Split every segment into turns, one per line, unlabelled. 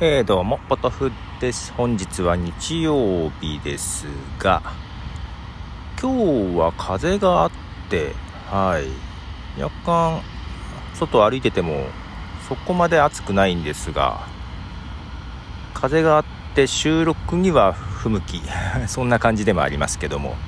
どうもポトフです。本日は日曜日ですが、今日は風があって、若干外歩いててもそこまで暑くないんですが、風があって収録には不向きそんな感じでもありますけども、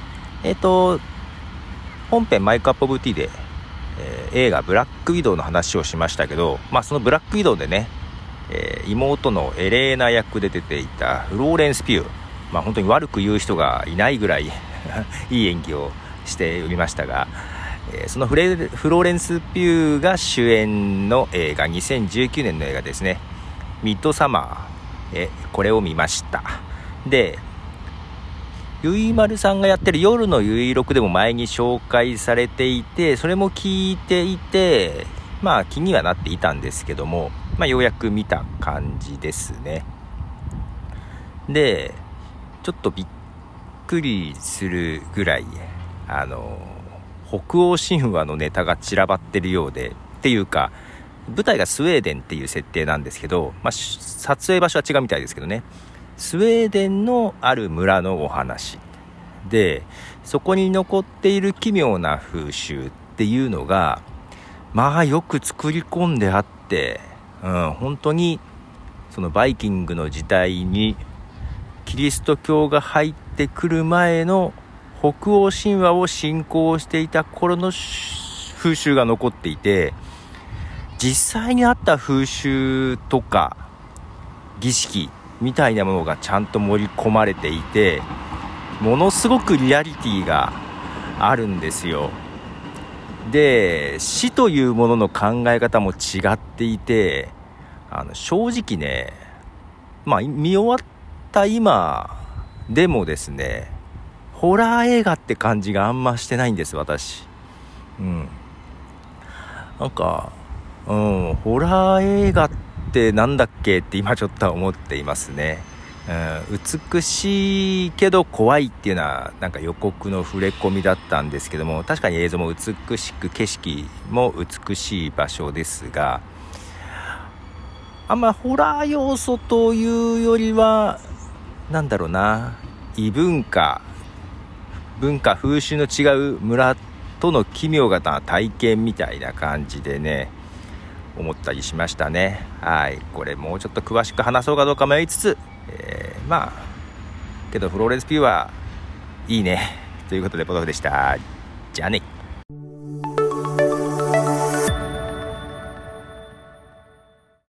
本編マイクアップオブティーで、映画ブラックウィドウの話をしましたけど、そのブラックウィドウでね、妹のエレーナ役で出ていたフローレンス・ピュー、本当に悪く言う人がいないぐらいいい演技をしてみましたが、そのフローレンス・ピューが主演の映画、2019年の映画ですね、ミッドサマー、これを見ました。で、ゆいまるさんがやってる夜のゆいろくでも前に紹介されていて、それも聞いていて、気にはなっていたんですけども、ようやく見た感じですね。で、ちょっとびっくりするぐらい北欧神話のネタが散らばってるようで、っていうか舞台がスウェーデンっていう設定なんですけど、撮影場所は違うみたいですけどね、スウェーデンのある村のお話で、そこに残っている奇妙な風習っていうのがよく作り込んであって、本当にそのバイキングの時代にキリスト教が入ってくる前の北欧神話を信仰していた頃の風習が残っていて、実際にあった風習とか儀式みたいなものがちゃんと盛り込まれていて、ものすごくリアリティがあるんですよ。で、死というものの考え方も違っていて、正直ね、見終わった今でもですね、ホラー映画って感じがあんましてないんです、私。ホラー映画ってなんだっけって今ちょっと思っていますね。美しいけど怖いっていうのは予告の触れ込みだったんですけども、確かに映像も美しく景色も美しい場所ですが、あんまホラー要素というよりは異文化風習の違う村との奇妙な体験みたいな感じでね、思ったりしましたね。これもうちょっと詳しく話そうかどうか迷いつつ、けどフローレンス・ピューはいいねということでポトフでした。じゃあね。